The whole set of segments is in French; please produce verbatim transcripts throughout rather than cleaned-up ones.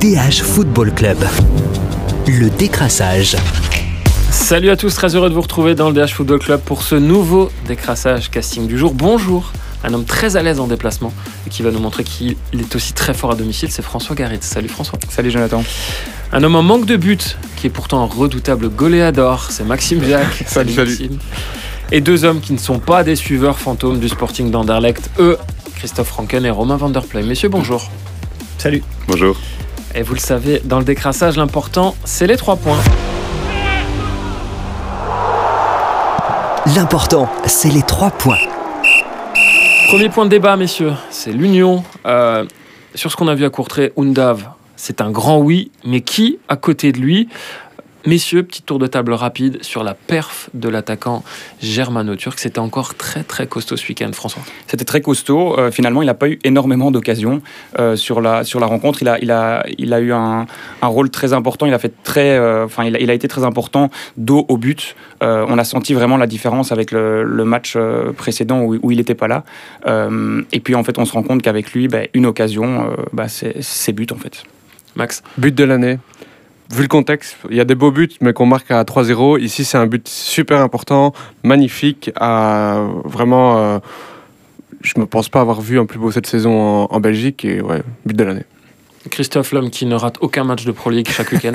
D H Football Club. Le décrassage. Salut à tous, très heureux de vous retrouver dans le D H Football Club pour ce nouveau décrassage casting du jour. Bonjour, un homme très à l'aise en déplacement et qui va nous montrer qu'il est aussi très fort à domicile, c'est François Garitz. Salut François. Salut Jonathan. Un homme en manque de but, qui est pourtant un redoutable goléador, c'est Maxime Jacques. Salut, salut. Maxime. Et deux hommes qui ne sont pas des suiveurs fantômes du Sporting d'Anderlecht, eux, Christophe Franken et Romain van der Pley. Messieurs, bonjour. Salut. Bonjour. Et vous le savez, dans le décrassage, l'important, c'est les trois points. L'important, c'est les trois points. Premier point de débat, messieurs, c'est l'union. Euh, sur ce qu'on a vu à Courtrai, Undav, c'est un grand oui, mais qui à côté de lui? Messieurs, petit tour de table rapide sur la perf de l'attaquant germano-turc. C'était encore très très costaud ce week-end, François. C'était très costaud. Euh, finalement, il n'a pas eu énormément d'occasions euh, sur, la, sur la rencontre. Il a, il a, il a eu un, un rôle très important. Il a, fait très, euh, enfin, il a, il a été très important dos au but. Euh, on a senti vraiment la différence avec le, le match euh, précédent où, où il n'était pas là. Euh, et puis en fait, on se rend compte qu'avec lui, bah, une occasion, euh, bah, c'est, c'est but en fait. Max. But de l'année. Vu le contexte, il y a des beaux buts, mais qu'on marque à trois zéro. Ici, c'est un but super important, magnifique. À vraiment, euh, je ne pense pas avoir vu un plus beau cette saison en, en Belgique. Et ouais, but de l'année. Christophe, l'homme qui ne rate aucun match de Pro League chaque week-end.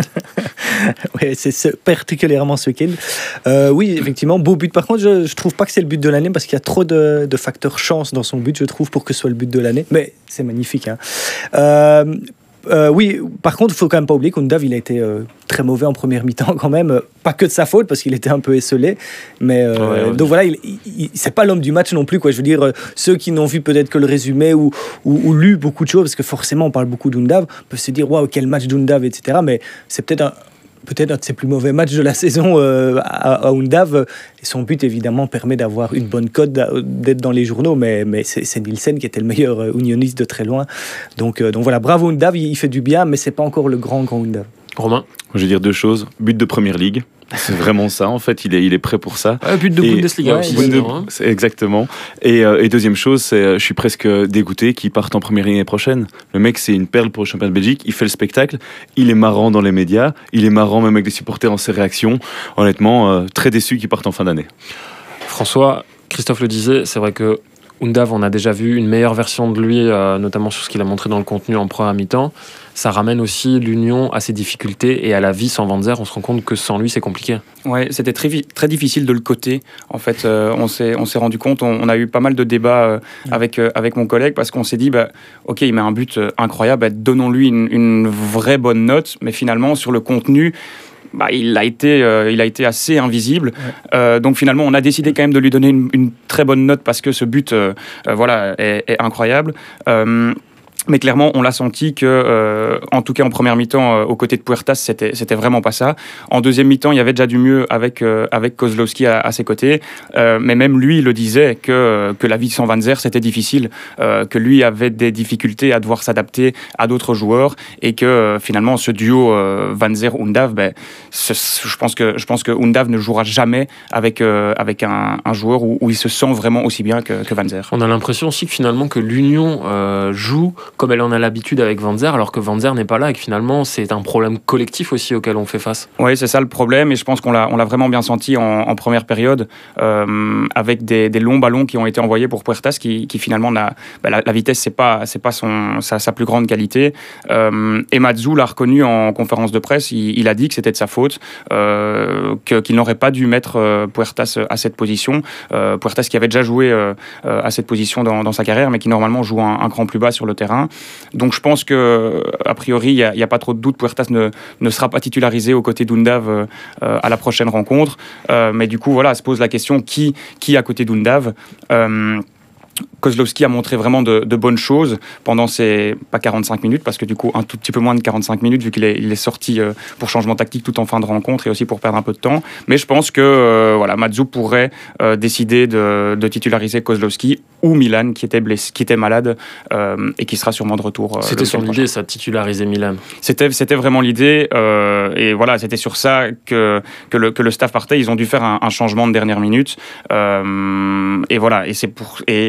Oui, c'est ce, particulièrement ce week-end. Euh, oui, effectivement, beau but. Par contre, je ne trouve pas que c'est le but de l'année parce qu'il y a trop de, de facteurs chance dans son but, je trouve, pour que ce soit le but de l'année. Mais c'est magnifique. Hein. Euh, Euh, oui, par contre, il ne faut quand même pas oublier qu'Undav, il a été euh, très mauvais en première mi-temps quand même. Pas que de sa faute, parce qu'il était un peu esselé. Mais, euh, ouais, ouais. Donc voilà, il, il, c'est pas l'homme du match non plus, quoi. Je veux dire, euh, ceux qui n'ont vu peut-être que le résumé ou, ou, ou lu beaucoup de choses, parce que forcément, on parle beaucoup d'Undav, peuvent se dire, waouh, quel match d'Undav, et cetera. Mais c'est peut-être un... peut-être un de ses plus mauvais matchs de la saison euh, à, à Undav. Et son but, évidemment, permet d'avoir une bonne cote, d'être dans les journaux. Mais, mais c'est, c'est Nielsen qui était le meilleur euh, unioniste de très loin. Donc, euh, donc voilà, bravo Undav, il, il fait du bien, mais c'est pas encore le grand, grand Undav. Romain. Je vais dire deux choses. But de Première Ligue. C'est vraiment ça, en fait. Il est, il est prêt pour ça. Ah, but de et, Bundesliga ouais, aussi. Bunde, hein. c'est exactement. Et, euh, et deuxième chose, c'est, je suis presque dégoûté qu'il parte en Première Ligue l'année prochaine. Le mec, c'est une perle pour le championnat de Belgique. Il fait le spectacle. Il est marrant dans les médias. Il est marrant même avec des supporters en ses réactions. Honnêtement, euh, très déçu qu'il parte en fin d'année. François, Christophe le disait, c'est vrai que Undav, on a déjà vu une meilleure version de lui, euh, notamment sur ce qu'il a montré dans le contenu en première mi-temps. Ça ramène aussi l'union à ses difficultés et à la vie sans Van Zer. On se rend compte que sans lui, c'est compliqué. Ouais, c'était très, très difficile de le coter. En fait, euh, on, s'est, on s'est rendu compte, on, on a eu pas mal de débats euh, avec, euh, avec mon collègue parce qu'on s'est dit, bah, ok, il met un but euh, incroyable, bah, donnons-lui une, une vraie bonne note, mais finalement, sur le contenu, bah, il, a été, euh, il a été assez invisible. Ouais. Euh, donc finalement, on a décidé quand même de lui donner une, une très bonne note parce que ce but euh, euh, voilà, est, est incroyable. Euh, Mais clairement, on l'a senti que, euh, en tout cas en première mi-temps, euh, aux côtés de Puertas, c'était, c'était vraiment pas ça. En deuxième mi-temps, il y avait déjà du mieux avec, euh, avec Kozlowski à, à ses côtés. Euh, mais même lui, il le disait que, que la vie sans Van Zer, c'était difficile. Euh, que lui avait des difficultés à devoir s'adapter à d'autres joueurs. Et que euh, finalement, ce duo euh, Van Zer-Undav, ben, ce, je pense que, je pense que Undav ne jouera jamais avec, euh, avec un, un joueur où, où il se sent vraiment aussi bien que, que Van Zer. On a l'impression aussi que finalement, que l'Union euh, joue comme elle en a l'habitude avec Van Zer, alors que Van Zer n'est pas là et que finalement c'est un problème collectif aussi auquel on fait face. Oui, c'est ça le problème et je pense qu'on l'a, on l'a vraiment bien senti en, en première période euh, avec des, des longs ballons qui ont été envoyés pour Puertas qui, qui finalement n'a, bah, la, la vitesse c'est pas, c'est pas son, sa, sa plus grande qualité euh, et Matsu l'a reconnu en conférence de presse, il, il a dit que c'était de sa faute, euh, que, qu'il n'aurait pas dû mettre euh, Puertas à cette position, euh, Puertas qui avait déjà joué euh, à cette position dans, dans sa carrière mais qui normalement joue un, un cran plus bas sur le terrain. Donc je pense que a priori il n'y a, a pas trop de doute, Puertas ne, ne sera pas titularisé aux côtés d'Undav euh, à la prochaine rencontre, euh, mais du coup voilà, se pose la question qui, qui à côté d'Undav. euh, Kozlowski a montré vraiment de, de bonnes choses pendant ces, pas quarante-cinq minutes, parce que du coup un tout petit peu moins de quarante-cinq minutes vu qu'il est, il est sorti euh, pour changement tactique tout en fin de rencontre et aussi pour perdre un peu de temps, mais je pense que euh, voilà, Matsu pourrait euh, décider de, de titulariser Kozlowski ou Milan qui était, blessé, qui était malade euh, et qui sera sûrement de retour. Euh, c'était sur l'idée ça, titulariser Milan. C'était, c'était vraiment l'idée euh, et voilà, c'était sur ça que, que, le, que le staff partait, ils ont dû faire un, un changement de dernière minute euh, et voilà, et, c'est pour, et, et du coup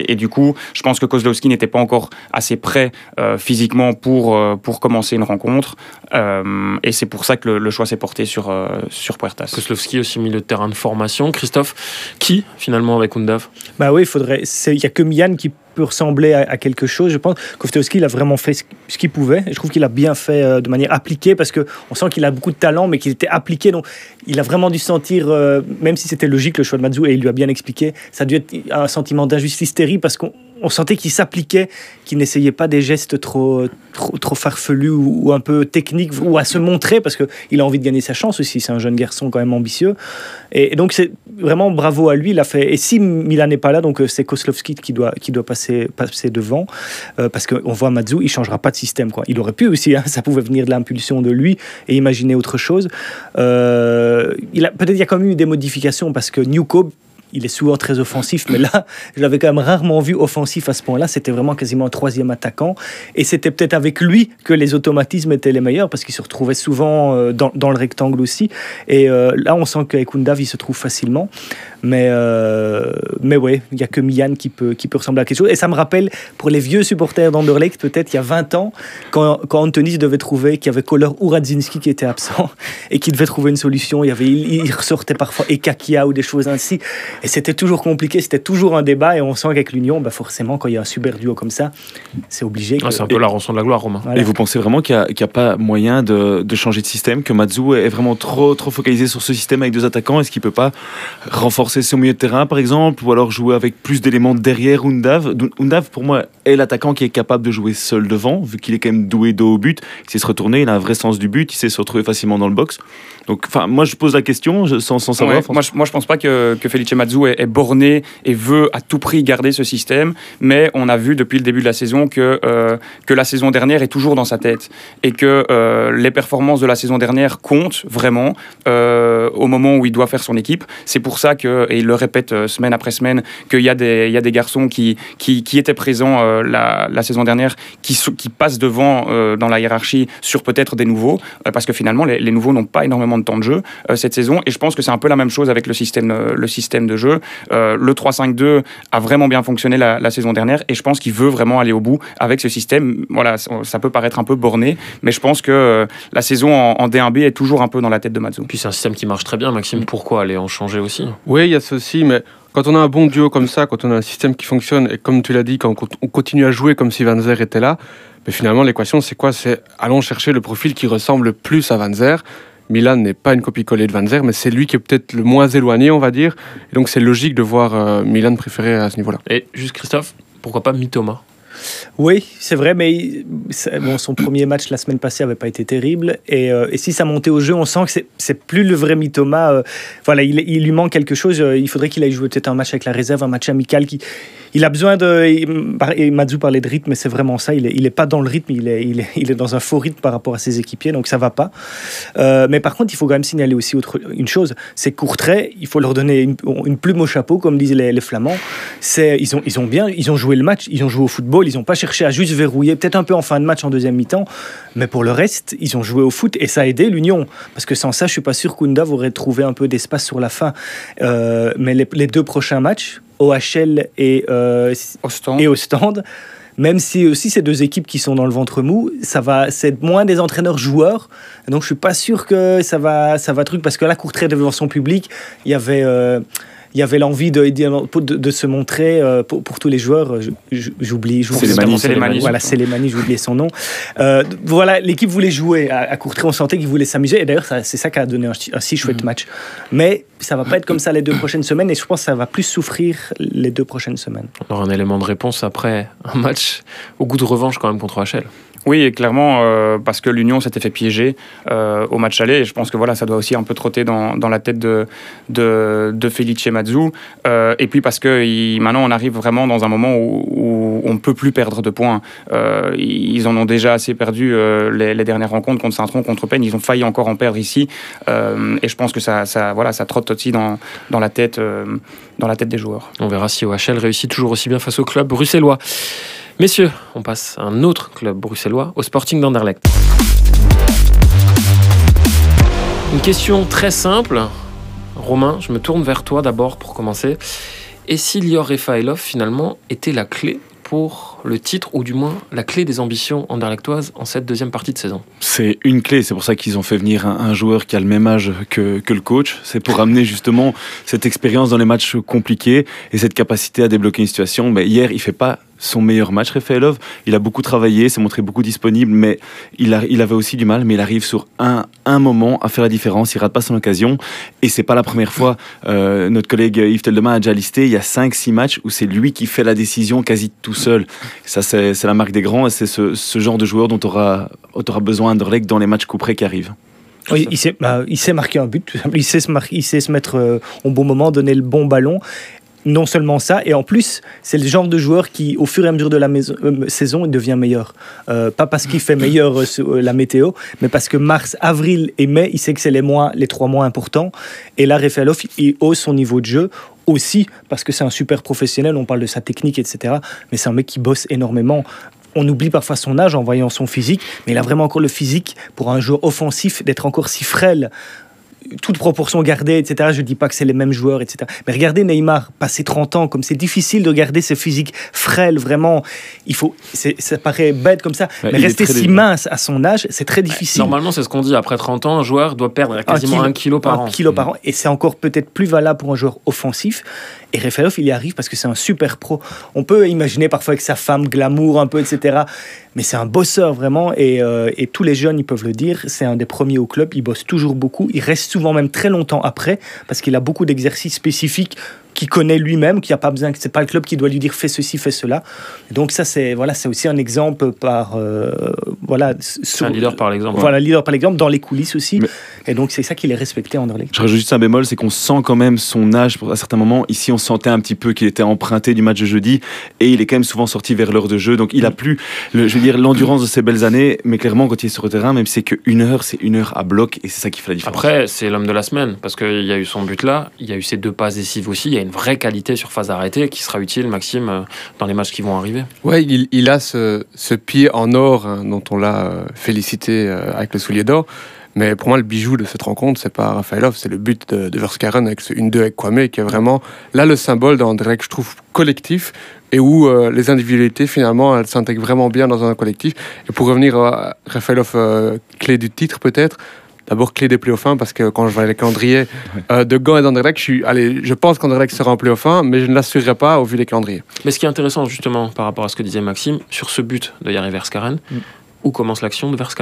coup, je pense que Kozlowski n'était pas encore assez prêt euh, physiquement pour, euh, pour commencer une rencontre. Euh, et c'est pour ça que le, le choix s'est porté sur, euh, sur Puertas. Kozlowski aussi milieu de terrain de formation. Christophe, qui finalement avec Undav? Bah oui, il faudrait. Il n'y a que Mian qui peut ressembler à, à quelque chose, je pense. Kozlowski, il a vraiment fait ce, ce qu'il pouvait. Et je trouve qu'il a bien fait euh, de manière appliquée parce qu'on sent qu'il a beaucoup de talent, mais qu'il était appliqué. Donc, il a vraiment dû sentir, euh, même si c'était logique le choix de Mazzou, et il lui a bien expliqué, ça a dû être un sentiment d'injustice terrible parce qu'on on sentait qu'il s'appliquait, qu'il n'essayait pas des gestes trop, trop, trop farfelus ou, ou un peu techniques ou à se montrer parce qu'il a envie de gagner sa chance aussi. C'est un jeune garçon quand même ambitieux. Et, et donc, c'est vraiment bravo à lui. Il a fait. Et si Milan n'est pas là, donc c'est Kozlowski qui doit, qui doit passer, passer devant euh, parce qu'on voit Mazzou, il ne changera pas de système, quoi. Il aurait pu aussi, hein, ça pouvait venir de l'impulsion de lui et imaginer autre chose. Euh, il a, peut-être il y a quand même eu des modifications parce que Newco, il est souvent très offensif, mais là, je l'avais quand même rarement vu offensif à ce point-là. C'était vraiment quasiment un troisième attaquant. Et c'était peut-être avec lui que les automatismes étaient les meilleurs, parce qu'il se retrouvait souvent dans, dans le rectangle aussi. Et euh, là, on sent qu'avec Undav, il se trouve facilement. Mais, euh, mais ouais, il n'y a que Mian qui peut, qui peut ressembler à quelque chose. Et ça me rappelle, pour les vieux supporters d'Anderlecht, peut-être il y a vingt ans, quand, quand Anthony devait trouver qu'il y avait Koller ou Radzinski qui était absent, et qu'il devait trouver une solution. Il, y avait, il, il ressortait parfois Ekakia ou des choses ainsi. Et c'était toujours compliqué, c'était toujours un débat. Et on sent qu'avec l'Union, bah forcément, quand il y a un super duo comme ça, c'est obligé. Que... Ah, c'est un peu et... la rançon de la gloire, Romain. Voilà. Et vous pensez vraiment qu'il n'y a, qu'il y a pas moyen de, de changer de système, que Mazzou est vraiment trop, trop focalisé sur ce système avec deux attaquants? Est-ce qu'il ne peut pas renforcer son milieu de terrain, par exemple, ou alors jouer avec plus d'éléments derrière Undav? Undav, pour moi, est l'attaquant qui est capable de jouer seul devant, vu qu'il est quand même doué dos au but. Il sait se retourner, il a un vrai sens du but, il sait se retrouver facilement dans le box. Donc, enfin, moi, je pose la question je, sans, sans savoir. Ouais, moi, je, moi, je pense pas que, que Felice Mazzou est, est borné et veut à tout prix garder ce système, mais on a vu depuis le début de la saison que, euh, que la saison dernière est toujours dans sa tête et que euh, les performances de la saison dernière comptent vraiment euh, au moment où il doit faire son équipe. C'est pour ça que, et il le répète euh, semaine après semaine, qu'il y a des, il y a des garçons qui, qui, qui étaient présents euh, la, la saison dernière, qui, qui passent devant euh, dans la hiérarchie sur peut-être des nouveaux, euh, parce que finalement, les, les nouveaux n'ont pas énormément de temps de jeu euh, cette saison, et je pense que c'est un peu la même chose avec le système, euh, le système de jeu. Euh, le trois cinq deux a vraiment bien fonctionné la, la saison dernière, et je pense qu'il veut vraiment aller au bout avec ce système. Voilà, ça, ça peut paraître un peu borné, mais je pense que euh, la saison en, en D un B est toujours un peu dans la tête de Mazzou. Puis c'est un système qui marche très bien, Maxime. Pourquoi aller en changer aussi? Oui, il y a ça aussi, mais quand on a un bon duo comme ça, quand on a un système qui fonctionne, et comme tu l'as dit, quand on continue à jouer comme si Van Zer était là, mais finalement l'équation c'est quoi? C'est allons chercher le profil qui ressemble le plus à Van Zer. Milan n'est pas une copie-collée de Van Zer, mais c'est lui qui est peut-être le moins éloigné, on va dire. Et donc c'est logique de voir euh, Milan préféré à ce niveau-là. Et juste Christophe, pourquoi pas Mitoma? Oui, c'est vrai, mais bon, son premier match la semaine passée n'avait pas été terrible. Et, euh, et si ça montait au jeu, on sent que c'est, c'est plus le vrai Mitoma. Euh, voilà, il, il lui manque quelque chose. Euh, il faudrait qu'il aille jouer peut-être un match avec la réserve, un match amical. Qui, il a besoin de. Et Mazzou parlait de rythme, mais c'est vraiment ça. Il n'est il est pas dans le rythme, il est, il, est, il est dans un faux rythme par rapport à ses équipiers, donc ça ne va pas. Euh, mais par contre, il faut quand même signaler aussi autre, une chose, c'est Courtrai, il faut leur donner une, une plume au chapeau, comme disaient les, les Flamands. C'est, ils, ont, ils ont bien, ils ont joué le match, ils ont joué au football, ils n'ont pas cherché à juste verrouiller, peut-être un peu en fin de match, en deuxième mi-temps, mais pour le reste, ils ont joué au foot et ça a aidé l'Union. Parce que sans ça, je ne suis pas sûr qu'Undav aurait trouvé un peu d'espace sur la fin. Euh, mais les, les deux prochains matchs, O H L et, euh, Ostende. et Ostende, même si aussi ces deux équipes qui sont dans le ventre mou, ça va, c'est moins des entraîneurs-joueurs. Donc je ne suis pas sûr que ça va, ça va truc, parce que là, Courtrai devant son public, il y avait... Euh, il y avait l'envie de, de, de, de se montrer euh, pour, pour tous les joueurs. J'oublie. C'est les manies. C'est les manies. Voilà, c'est les manies, j'ai oublié son nom. Euh, voilà, l'équipe voulait jouer à, à Courtrai, on sentait qu'ils voulaient s'amuser. Et d'ailleurs, ça, c'est ça qui a donné un, un si chouette mm-hmm. match. Mais ça ne va pas être comme ça les deux prochaines semaines. Et je pense que ça va plus souffrir les deux prochaines semaines. On aura un élément de réponse après un match au goût de revanche quand même contre O H L. Oui, et clairement, euh, parce que l'Union s'était fait piéger euh, au match aller, et je pense que voilà, ça doit aussi un peu trotter dans, dans la tête de, de, de Felice Mazzou. Euh, et puis parce que il, maintenant, on arrive vraiment dans un moment où, où on ne peut plus perdre de points. Euh, ils en ont déjà assez perdu euh, les, les dernières rencontres contre Saint-Tron, contre Penn. Ils ont failli encore en perdre ici. Euh, et je pense que ça, ça, voilà, ça trotte aussi dans, dans, la tête, euh, dans la tête des joueurs. On verra si O H L réussit toujours aussi bien face au club bruxellois. Messieurs, on passe à un autre club bruxellois, au Sporting d'Anderlecht. Une question très simple. Romain, je me tourne vers toi d'abord pour commencer. Et si Lior Refaelov, finalement, était la clé pour le titre, ou du moins la clé des ambitions anderlechtoises en cette deuxième partie de saison? C'est une clé, c'est pour ça qu'ils ont fait venir un, un joueur qui a le même âge que, que le coach. C'est pour amener justement cette expérience dans les matchs compliqués et cette capacité à débloquer une situation. Mais hier, il fait pas son meilleur match, Refaelov. Il a beaucoup travaillé, s'est montré beaucoup disponible, mais il, a, il avait aussi du mal. Mais il arrive sur un, un moment à faire la différence. Il rate pas son occasion. Et c'est pas la première fois. Euh, notre collègue Yves Teldemain a déjà listé. Il y a cinq six matchs où c'est lui qui fait la décision quasi tout seul. Ça, c'est, c'est la marque des grands. Et c'est ce, ce genre de joueur dont aura, aura besoin Anderlecht dans les matchs couperés qui arrivent. Oui, il, sait, bah, il sait marquer un but, tout simplement. Il sait se, mar- il sait se mettre euh, au bon moment, donner le bon ballon. Non seulement ça, et en plus, c'est le genre de joueur qui, au fur et à mesure de la maison, euh, saison, il devient meilleur. Euh, pas parce qu'il fait meilleur euh, euh, la météo, mais parce que mars, avril et mai, il sait que c'est les mois, les trois mois importants. Et là, Refaelov, il hausse son niveau de jeu aussi, parce que c'est un super professionnel, on parle de sa technique, et cetera. Mais c'est un mec qui bosse énormément. On oublie parfois son âge en voyant son physique, mais il a vraiment encore le physique pour un joueur offensif d'être encore si frêle. Toute proportion gardée, et cetera. Je ne dis pas que c'est les mêmes joueurs, et cetera. Mais regardez Neymar, passé trente ans, comme c'est difficile de garder ce physique frêle, vraiment. Il faut, c'est, ça paraît bête comme ça, ouais, mais rester si dé... mince à son âge, c'est très difficile. Normalement, c'est ce qu'on dit. Après trente ans, un joueur doit perdre quasiment un kilo, un kilo par un an. Un kilo par an. Et c'est encore peut-être plus valable pour un joueur offensif. Et Refaelov, il y arrive parce que c'est un super pro. On peut imaginer parfois avec sa femme, glamour un peu, et cetera. Mais c'est un bosseur vraiment. Et, euh, et tous les jeunes, ils peuvent le dire. C'est un des premiers au club. Il bosse toujours beaucoup. Il reste souvent même très longtemps après parce qu'il a beaucoup d'exercices spécifiques qu'il connaît lui-même, qu'il n'y a pas besoin, que c'est pas le club qui doit lui dire fais ceci, fais cela. Et donc ça c'est voilà, c'est aussi un exemple par euh, voilà, c'est un leader par l'exemple. Voilà, leader par l'exemple dans les coulisses aussi. Mais et donc c'est ça qu'il est respecté en Anderlecht. Je rajoute juste un bémol, c'est qu'on sent quand même son âge à certains moments. Ici on sentait un petit peu qu'il était emprunté du match de jeudi et il est quand même souvent sorti vers l'heure de jeu. Donc il a plus, le, je veux dire, l'endurance de ses belles années, mais clairement quand il est sur le terrain, même si c'est qu'une heure, c'est une heure à bloc et c'est ça qui fait la différence. Après c'est l'homme de la semaine parce qu'il y a eu son but là, il y a eu ses deux passes décisives aussi, il y a une vraie qualité sur phase arrêtée qui sera utile, Maxime, dans les matchs qui vont arriver. Ouais, il, il a ce, ce pied en or hein, dont on l'a félicité euh, avec le soulier d'or. Mais pour moi, le bijou de cette rencontre, c'est pas Refaelov, c'est le but de, de Verskaren avec ce un deux avec Kwame, qui est vraiment là le symbole d'Anderlecht, je trouve, collectif, et où euh, les individualités, finalement, elles s'intègrent vraiment bien dans un collectif. Et pour revenir à Refaelov, euh, clé du titre peut-être, d'abord clé des playoffs un, parce que quand je vois les calendriers euh, de Gand et d'Anderlecht, je, suis, allez, je pense qu'Anderlecht sera en playoff un, mais je ne l'assurerai pas au vu des calendriers. Mais ce qui est intéressant justement par rapport à ce que disait Maxime, sur ce but de Jari Verskaren, mm. où commence l'action de Verskaren ?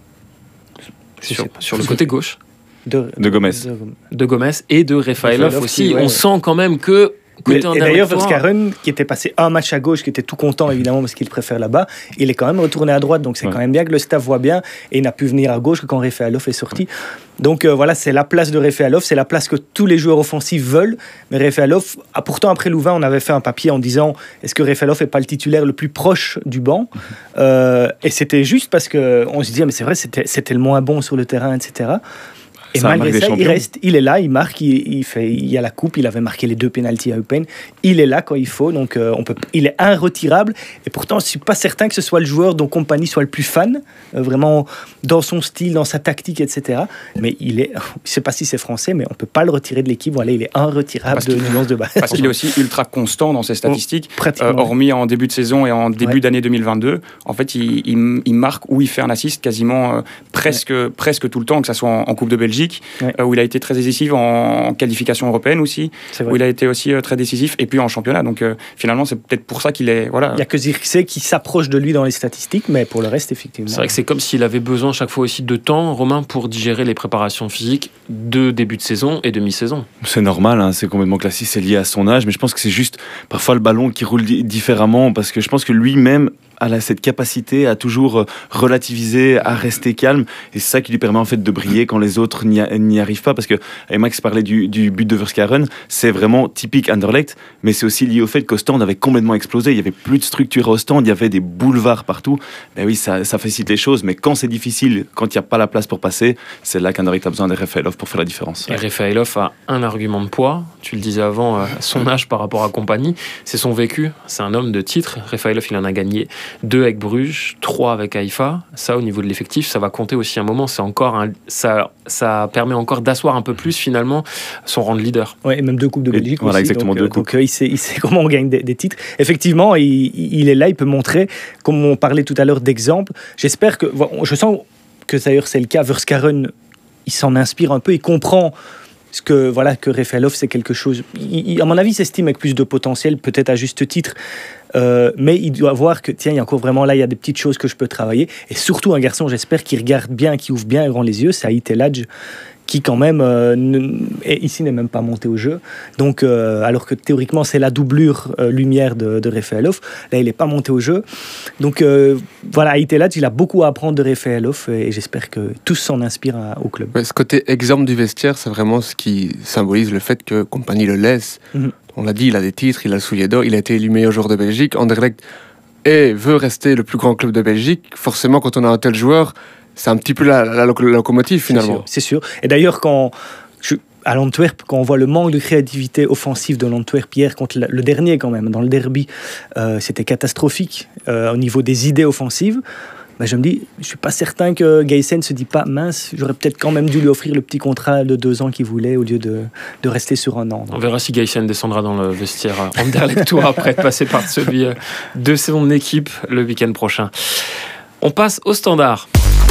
Sur, sur le côté gauche de, de Gomez. De, de Gomez et de Refaelov aussi. Ouais. On sent quand même que Mais, et d'ailleurs, Verskaren, qui était passé un match à gauche, qui était tout content évidemment parce qu'il préfère là-bas, il est quand même retourné à droite, donc c'est ouais. quand même bien que le staff voit bien, et il n'a pu venir à gauche que quand Refaelov est sorti. Ouais. Donc euh, voilà, c'est la place de Refaelov, c'est la place que tous les joueurs offensifs veulent, mais Refaelov, ah, pourtant après Louvain, on avait fait un papier en disant est-ce que Refaelov n'est pas le titulaire le plus proche du banc mm-hmm. euh, et c'était juste parce qu'on se disait mais c'est vrai, c'était, c'était le moins bon sur le terrain, et cetera. Et ça malgré ça, il, reste, il est là, il marque, il, il, fait, il y a la coupe, il avait marqué les deux pénaltys à Eupen, il est là quand il faut, donc euh, on peut, il est irretirable, et pourtant je ne suis pas certain que ce soit le joueur dont Kompany soit le plus fan, euh, vraiment dans son style, dans sa tactique, et cetera. Mais il est, je ne sais pas si c'est français, mais on ne peut pas le retirer de l'équipe, voilà, il est irretirable de nuance de base. Parce qu'il est aussi ultra constant dans ses statistiques, oh, euh, hormis en début de saison et en début ouais. d'année deux mille vingt-deux, en fait il, il, il marque ou il fait un assist quasiment euh, presque, ouais. presque tout le temps, que ce soit en, en Coupe de Belgique, Ouais. Euh, où il a été très décisif en qualification européenne aussi, où il a été aussi euh, très décisif, et puis en championnat. Donc euh, finalement, c'est peut-être pour ça qu'il est. Voilà. Il n'y a que Zirkzee qui s'approche de lui dans les statistiques, mais pour le reste, effectivement. C'est vrai que c'est comme s'il avait besoin chaque fois aussi de temps, Romain, pour digérer les préparations physiques de début de saison et de mi-saison. C'est normal, hein, c'est complètement classique, c'est lié à son âge, mais je pense que c'est juste parfois le ballon qui roule di- différemment, parce que je pense que lui-même a cette capacité à toujours relativiser, à rester calme, et c'est ça qui lui permet en fait de briller quand les autres n'y, a, n'y arrivent pas, parce que et Max parlait du, du but de Verskaren, c'est vraiment typique Anderlecht, mais c'est aussi lié au fait qu'Ostende avait complètement explosé, il y avait plus de structure à Ostende, il y avait des boulevards partout, ben oui, ça, ça facilite les choses, mais quand c'est difficile, quand il n'y a pas la place pour passer, c'est là qu'Anderlecht a besoin de Refaelov pour faire la différence. Et Refaelov a un argument de poids, tu le disais avant, euh, son âge par rapport à Kompany, c'est son vécu, c'est un homme de titre, Refaelov il en a gagné deux avec Bruges, trois avec Haïfa. Ça, au niveau de l'effectif, ça va compter aussi un moment. C'est encore un, ça, ça permet encore d'asseoir un peu plus finalement son rang de leader. Ouais, et même deux coupes de Belgique. Et, voilà, aussi, exactement donc, deux euh, coupes. Donc euh, il, sait, il sait comment on gagne des, des titres. Effectivement, il, il est là, il peut montrer, comme on parlait tout à l'heure d'exemple. J'espère que, je sens que d'ailleurs c'est le cas. Verskaren, il s'en inspire un peu, il comprend ce que voilà que Refaelov c'est quelque chose. Il, il, à mon avis, il s'estime avec plus de potentiel, peut-être à juste titre. Euh, mais il doit voir que tiens, il y a encore vraiment là, il y a des petites choses que je peux travailler. Et surtout un garçon, j'espère, qui regarde bien, qui ouvre bien grand les yeux, c'est Haït Eladj, qui quand même euh, ne, et ici n'est même pas monté au jeu. Donc euh, alors que théoriquement c'est la doublure euh, lumière de, de Refaelov, là il n'est pas monté au jeu. Donc euh, voilà, Haït Eladj, il a beaucoup à apprendre de Refaelov et j'espère que tous s'en inspirent à, au club. Ouais, ce côté exemple du vestiaire, c'est vraiment ce qui symbolise le fait que Kompany le laisse. Mm-hmm. On l'a dit, il a des titres, il a le soulier d'or, il a été élu meilleur joueur de Belgique. Anderlecht et veut rester le plus grand club de Belgique. Forcément, quand on a un tel joueur, c'est un petit peu la, la, la locomotive finalement. C'est sûr, c'est sûr. Et d'ailleurs, quand je, à l'Antwerp, quand on voit le manque de créativité offensive de l'Antwerp hier contre le, le dernier quand même, dans le derby, euh, c'était catastrophique euh, au niveau des idées offensives. Ben, je me dis, je ne suis pas certain que Gaysen ne se dit pas, mince, j'aurais peut-être quand même dû lui offrir le petit contrat de deux ans qu'il voulait au lieu de, de rester sur un an. On verra si Gaysen descendra dans le vestiaire Anderlechtois après de passer par celui de saison d'équipe le week-end prochain. On passe au Standard.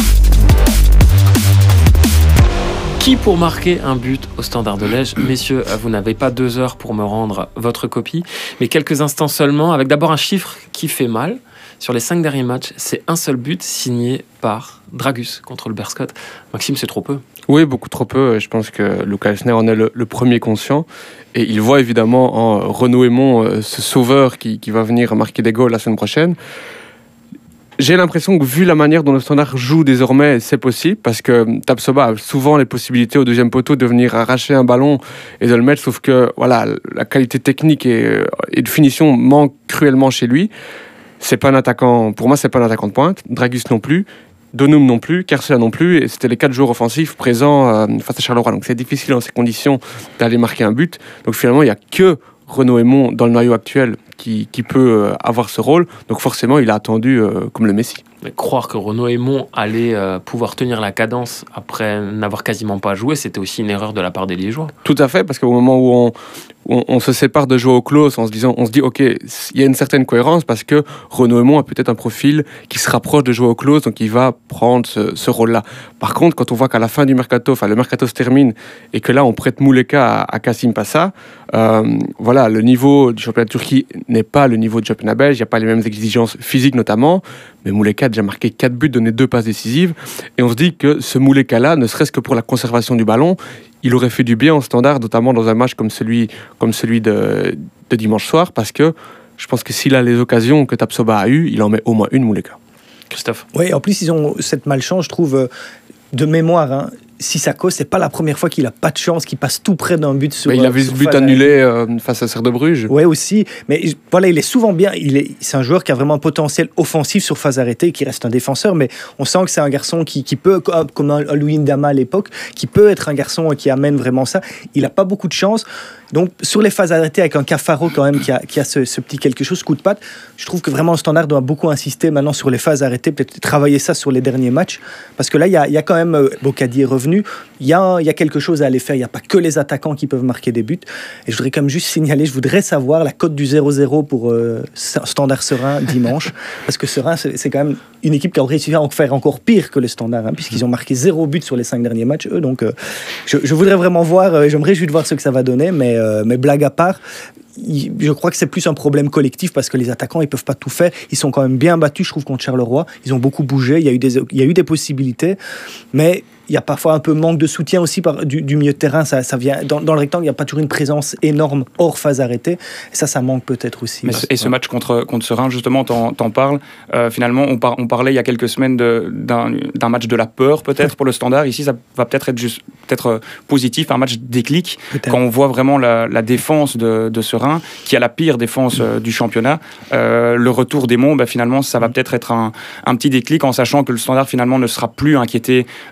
Qui pour marquer un but au Standard de Liège? Messieurs, vous n'avez pas deux heures pour me rendre votre copie, mais quelques instants seulement, avec d'abord un chiffre qui fait mal. Sur les cinq derniers matchs, c'est un seul but signé par Dragus contre le Berscott. Maxime, c'est trop peu. Oui, beaucoup trop peu. Je pense que Luca Elsner en est le, le premier conscient. Et il voit évidemment en Renaud Aymon ce sauveur qui, qui va venir marquer des goals la semaine prochaine. J'ai l'impression que vu la manière dont le Standard joue désormais, c'est possible, parce que Tapsoba a souvent les possibilités au deuxième poteau de venir arracher un ballon et de le mettre, sauf que voilà, la qualité technique et, et de finition manque cruellement chez lui. C'est pas un attaquant, pour moi, c'est pas un attaquant de pointe. Dragus non plus, Donum non plus, Kersela non plus, et c'était les quatre joueurs offensifs présents euh, face à Charleroi. Donc c'est difficile dans ces conditions d'aller marquer un but. Donc finalement, il n'y a que Renaud Aymon dans le noyau actuel qui, qui peut euh, avoir ce rôle. Donc forcément, il a attendu euh, comme le Messi. Mais croire que Renaud Aymon allait euh, pouvoir tenir la cadence après n'avoir quasiment pas joué, c'était aussi une erreur de la part des Liégeois. Tout à fait, parce qu'au moment où on, on, on se sépare de Joao Klose en se disant, on se dit, ok, il y a une certaine cohérence parce que Renaud Aymon a peut-être un profil qui se rapproche de Joao Klose, donc il va prendre ce, ce rôle-là. Par contre, quand on voit qu'à la fin du mercato, enfin le mercato se termine et que là on prête Mouleka à, à Kassim Passa, euh, voilà, le niveau du championnat de Turquie n'est pas le niveau du championnat belge, il n'y a pas les mêmes exigences physiques notamment, mais Mouleka a déjà marqué quatre buts, donné deux passes décisives, et on se dit que ce Mouleka-là, ne serait-ce que pour la conservation du ballon, il aurait fait du bien au Standard, notamment dans un match comme celui, comme celui de, de dimanche soir, parce que je pense que s'il a les occasions que Tapsoba a eues, il en met au moins une, Mouleka. Christophe. Oui, en plus, ils ont cette malchance, je trouve, de mémoire. Hein. Sissako, c'est pas la première fois qu'il a pas de chance, qu'il passe tout près d'un but sur. Mais il a vu ce but annulé euh, face à Serre de Bruges. Oui, aussi. Mais voilà, il est souvent bien. Il est, c'est un joueur qui a vraiment un potentiel offensif sur phase arrêtée, qui reste un défenseur, mais on sent que c'est un garçon qui, qui peut, comme un Louis Ndama à l'époque, qui peut être un garçon qui amène vraiment ça. Il a pas beaucoup de chance. Donc, sur les phases arrêtées, avec un Cafaro quand même qui a, qui a ce, ce petit quelque chose, coup de patte, je trouve que vraiment le Standard doit beaucoup insister maintenant sur les phases arrêtées, peut-être travailler ça sur les derniers matchs, parce que là, il y a, y a quand même, Bocadi est revenu, il y a, y a quelque chose à aller faire, il n'y a pas que les attaquants qui peuvent marquer des buts, et je voudrais quand même juste signaler, je voudrais savoir la cote du zéro zéro pour euh, Standard Serein dimanche, parce que Serein, c'est, c'est quand même une équipe qui a réussi à en faire encore pire que le Standard, hein, puisqu'ils ont marqué zéro but sur les cinq derniers matchs, eux, donc euh, je, je voudrais vraiment voir, euh, je me réjouis de voir ce que ça va donner, mais Euh, mais blague à part, je crois que c'est plus un problème collectif parce que les attaquants, ils peuvent pas tout faire. Ils sont quand même bien battus, je trouve, contre Charleroi. Ils ont beaucoup bougé. Il y a eu des, il y a eu des possibilités, mais il y a parfois un peu manque de soutien aussi par, du, du milieu de terrain. Ça, ça vient, dans, dans le rectangle, il n'y a pas toujours une présence énorme hors phase arrêtée. Et ça, ça manque peut-être aussi. Mais ce, et ce match contre, contre Serein, justement, t'en, t'en parles. Euh, finalement, on, par, on parlait il y a quelques semaines de, d'un, d'un match de la peur, peut-être, pour le Standard. Ici, ça va peut-être être juste, peut-être positif, un match déclic. Peut-être. Quand on voit vraiment la, la défense de, de Serein, qui a la pire défense euh, du championnat, euh, le retour des Monts, bah, finalement, ça va peut-être être un, un petit déclic en sachant que le Standard, finalement, ne sera plus inquiété euh,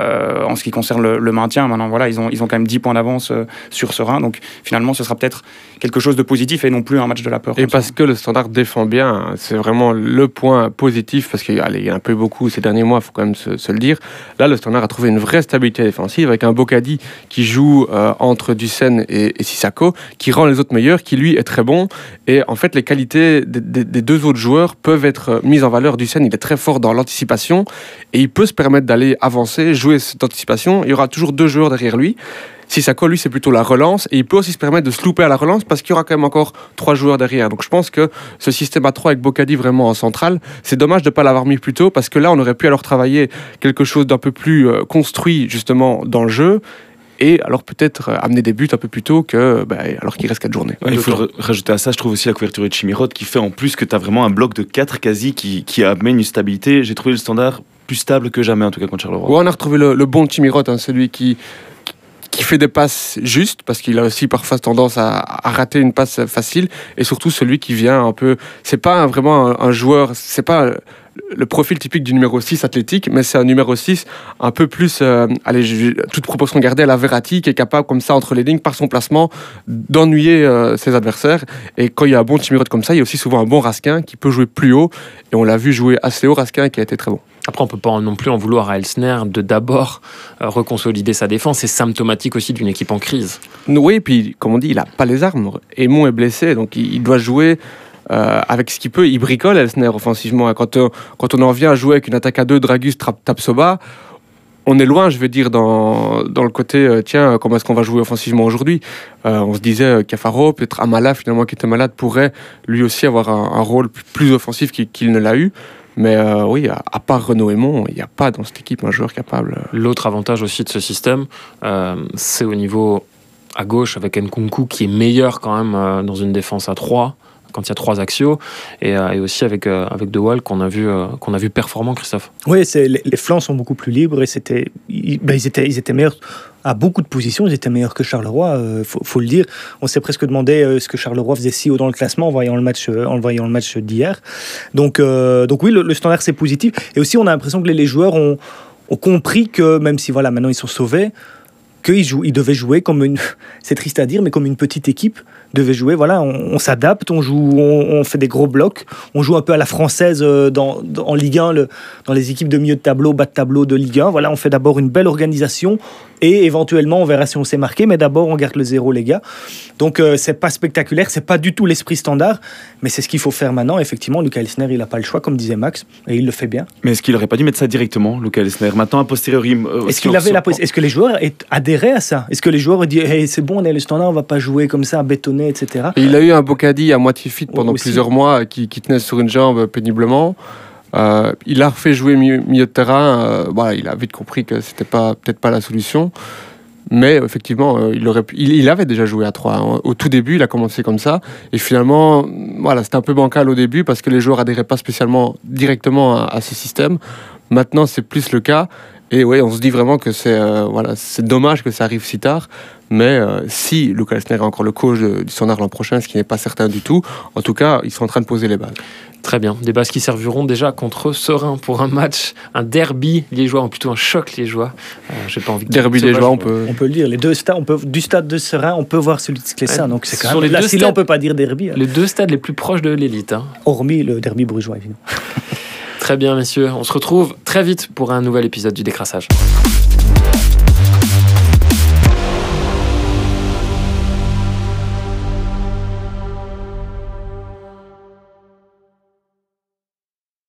euh, en ce qui concerne le, le maintien. Maintenant, voilà, ils ont, ils ont quand même dix points d'avance euh, sur Serein. Donc, finalement, ce sera peut-être quelque chose de positif et non plus un match de la peur. Et parce ça. que le Standard défend bien, c'est vraiment le point positif, parce qu'il y a un peu beaucoup ces derniers mois, il faut quand même se, se le dire. Là, le Standard a trouvé une vraie stabilité défensive avec un Bocadi qui joue euh, entre Dussen et, et Sissako, qui rend les autres meilleurs, qui lui est très bon. Et en fait, les qualités des, des, des deux autres joueurs peuvent être mises en valeur. Dussen, il est très fort dans l'anticipation et il peut se permettre d'aller avancer, jouer cette anticipation. Il y aura toujours deux joueurs derrière lui. Sissako, lui, c'est plutôt la relance, et il peut aussi se permettre de se louper à la relance parce qu'il y aura quand même encore trois joueurs derrière. Donc je pense que ce système à trois avec Bocadi vraiment en centrale, c'est dommage de ne pas l'avoir mis plus tôt, parce que là, on aurait pu alors travailler quelque chose d'un peu plus euh, construit justement dans le jeu, et alors peut-être amener des buts un peu plus tôt que, bah, alors qu'il reste quatre journées. Ouais, il faut rajouter à ça, je trouve aussi la couverture de Chimirot qui fait en plus que tu as vraiment un bloc de quatre quasi qui, qui amène une stabilité. J'ai trouvé le Standard plus stable que jamais, en tout cas contre Charleroi. Ouais, on a retrouvé le, le bon Chimirot, hein, celui qui... qui fait des passes justes, parce qu'il a aussi parfois tendance à, à rater une passe facile, et surtout celui qui vient un peu... C'est pas vraiment un, un joueur, c'est pas le profil typique du numéro six athlétique, mais c'est un numéro six un peu plus, euh, allez, je, toute proportion gardée à la Verratti, qui est capable, comme ça, entre les lignes, par son placement, d'ennuyer euh, ses adversaires. Et quand il y a un bon Chimirot comme ça, il y a aussi souvent un bon Raskin qui peut jouer plus haut, et on l'a vu jouer assez haut, Raskin, qui a été très bon. Après, on ne peut pas non plus en vouloir à Elsner de d'abord euh, reconsolider sa défense. C'est symptomatique aussi d'une équipe en crise. Oui, et puis, comme on dit, il n'a pas les armes. Aymon est blessé, donc il, il doit jouer euh, avec ce qu'il peut. Il bricole, Elsner, offensivement. Quand, euh, quand on en vient à jouer avec une attaque à deux, Dragus, Tapsoba, on est loin, je veux dire, dans, dans le côté, euh, tiens, comment est-ce qu'on va jouer offensivement aujourd'hui euh, On se disait, euh, Cafaro, peut-être Amala, finalement, qui était malade, pourrait lui aussi avoir un, un rôle plus offensif qu'il, qu'il ne l'a eu. Mais euh, oui, à, à part Renaud Aymon, il n'y a pas dans cette équipe un joueur capable. L'autre avantage aussi de ce système, euh, c'est au niveau à gauche avec Nkunku qui est meilleur quand même euh, dans une défense à trois quand il y a trois axiaux, et, euh, et aussi avec, euh, avec De Waal qu'on a vu, euh, qu'on a vu performant, Christophe. Oui, c'est, les, les flancs sont beaucoup plus libres, et c'était, ils, ben, ils, étaient, ils étaient meilleurs à beaucoup de positions, ils étaient meilleurs que Charleroi, il euh, faut, faut le dire. On s'est presque demandé euh, ce que Charleroi faisait si haut dans le classement en voyant le match, euh, en voyant le match d'hier. Donc, euh, donc oui, le, le Standard c'est positif, et aussi on a l'impression que les, les joueurs ont, ont compris que, même si voilà, maintenant ils sont sauvés, qu'ils jouent, ils devaient jouer comme une, c'est triste à dire, mais comme une petite équipe devait jouer. Voilà, on, on s'adapte, on joue, on, on fait des gros blocs, on joue un peu à la française dans, dans, en Ligue un, le, dans les équipes de milieu de tableau, bas de tableau de Ligue un. Voilà, on fait d'abord une belle organisation et éventuellement on verra si on s'est marqué, mais d'abord on garde le zéro, les gars. Donc euh, c'est pas spectaculaire, c'est pas du tout l'esprit Standard, mais c'est ce qu'il faut faire maintenant. Effectivement, Luca Elsner, il a pas le choix, comme disait Max, et il le fait bien. Mais est-ce qu'il aurait pas dû mettre ça directement, Luca Elsner, maintenant a posteriori? Euh, est-ce qu'il avait la poss- Est-ce que les joueurs adhéraient à ça? Est-ce que les joueurs disaient hey, c'est bon, on est le Standard, on va pas jouer comme ça, bétonné, et cetera. Et il a eu un Bocadi à moitié fit pendant aussi. plusieurs mois qui, qui tenait sur une jambe péniblement. Euh, il a refait jouer milieu, milieu de terrain. Euh, voilà, il a vite compris que c'était pas, peut-être pas la solution. Mais effectivement, euh, il, aurait pu, il, il avait déjà joué à trois. Hein. Au tout début, il a commencé comme ça. Et finalement, voilà, c'était un peu bancal au début parce que les joueurs adhéraient pas spécialement directement à, à ce système. Maintenant, c'est plus le cas. Et ouais, on se dit vraiment que c'est, euh, voilà, c'est dommage que ça arrive si tard. Mais euh, si Luca Elsner est encore le coach de, du Standard l'an prochain, ce qui n'est pas certain du tout, en tout cas, ils sont en train de poser les bases. Très bien. Des bases qui serviront déjà contre Serein pour un match, un derby liégeois, ou plutôt un choc liégeois. Euh, j'ai pas envie de derby liégeois, on peut... On peut le dire. Les deux stades, on peut, du stade de Serein, on peut voir celui de Sclessin. Ouais, donc c'est quand sur même... les Là, deux si stades, là, on peut pas dire derby. Les deux stades les plus proches de l'élite. Hein. Hormis le derby brugeois, évidemment. Très bien, messieurs. On se retrouve très vite pour un nouvel épisode du Décrassage.